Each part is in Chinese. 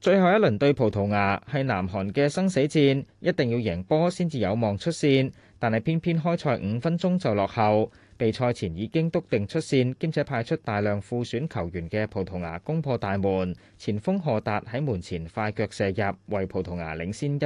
最後一輪對葡萄牙係南韓嘅生死戰，一定要贏波先至有望出線。但係偏偏開賽5分鐘就落後，比賽前已經篤定出線，兼且派出大量副選球員嘅葡萄牙攻破大門，前鋒賀達喺門前快腳射入，為葡萄牙領先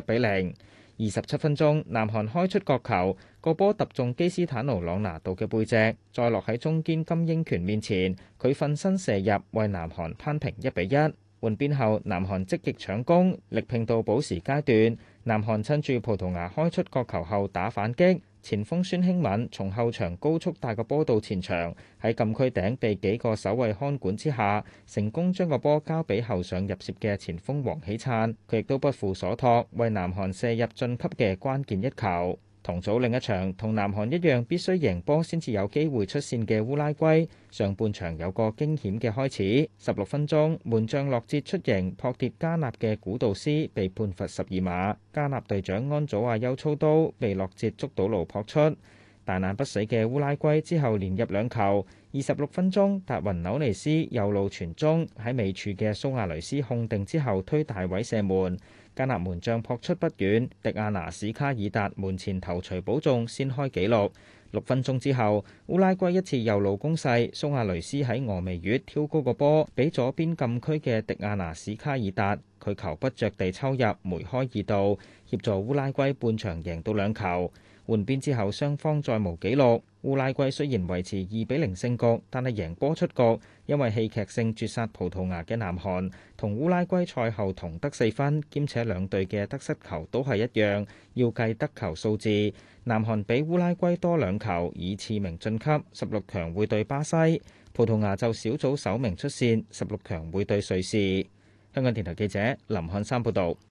1-0。27分鐘，南韓開出角球，個波揼中基斯坦奴·朗拿度嘅背脊，再落喺中堅金英權面前，佢奮身射入，為南韓扳平1-1。換邊後，南韓積極搶攻，力拼到補時階段。南韓趁住葡萄牙開出角球後打反擊，前鋒孫興敏從後場高速帶個波到前場，喺禁區頂被幾個守衛看管之下，成功將個波交俾後上入楔嘅前鋒黃喜燦，佢亦都不負所託，為南韓射入晉級嘅關鍵一球。同組另一場同南韓一樣必須贏波先至有機會出線嘅烏拉圭，上半場有個驚險嘅開始。16分鐘，門將洛捷出迎撲跌加納嘅古道斯，被判罰12碼。加納隊長安祖亞優操刀被洛捷捉到路撲出。大難不死嘅烏拉圭之後連入2球。26分鐘，達雲紐尼斯右路傳中，喺尾柱嘅蘇亞雷斯控定之後推大位射門。加納門將撲出不遠，迪亞拿史卡爾達門前頭槌補中，先開紀錄。6分鐘之後，烏拉圭一次右路攻勢，蘇亞雷斯喺峨眉月挑高個波，俾左邊禁區嘅迪亞拿史卡爾達，佢球不着地抽入，梅開2度，協助烏拉圭半場贏到2球。換邊之後，雙方再無紀錄。烏拉圭雖然維持2-0勝局，但係贏波出局，因為戲劇性絕殺葡萄牙嘅南韓同烏拉圭賽後同得4分，兼且兩隊嘅得失球都係一樣，要計得球數字。南韓比烏拉圭多2球，以次名晉級，16強會對巴西；葡萄牙就小組首名出線，16強會對瑞士。香港電台記者林漢山報導。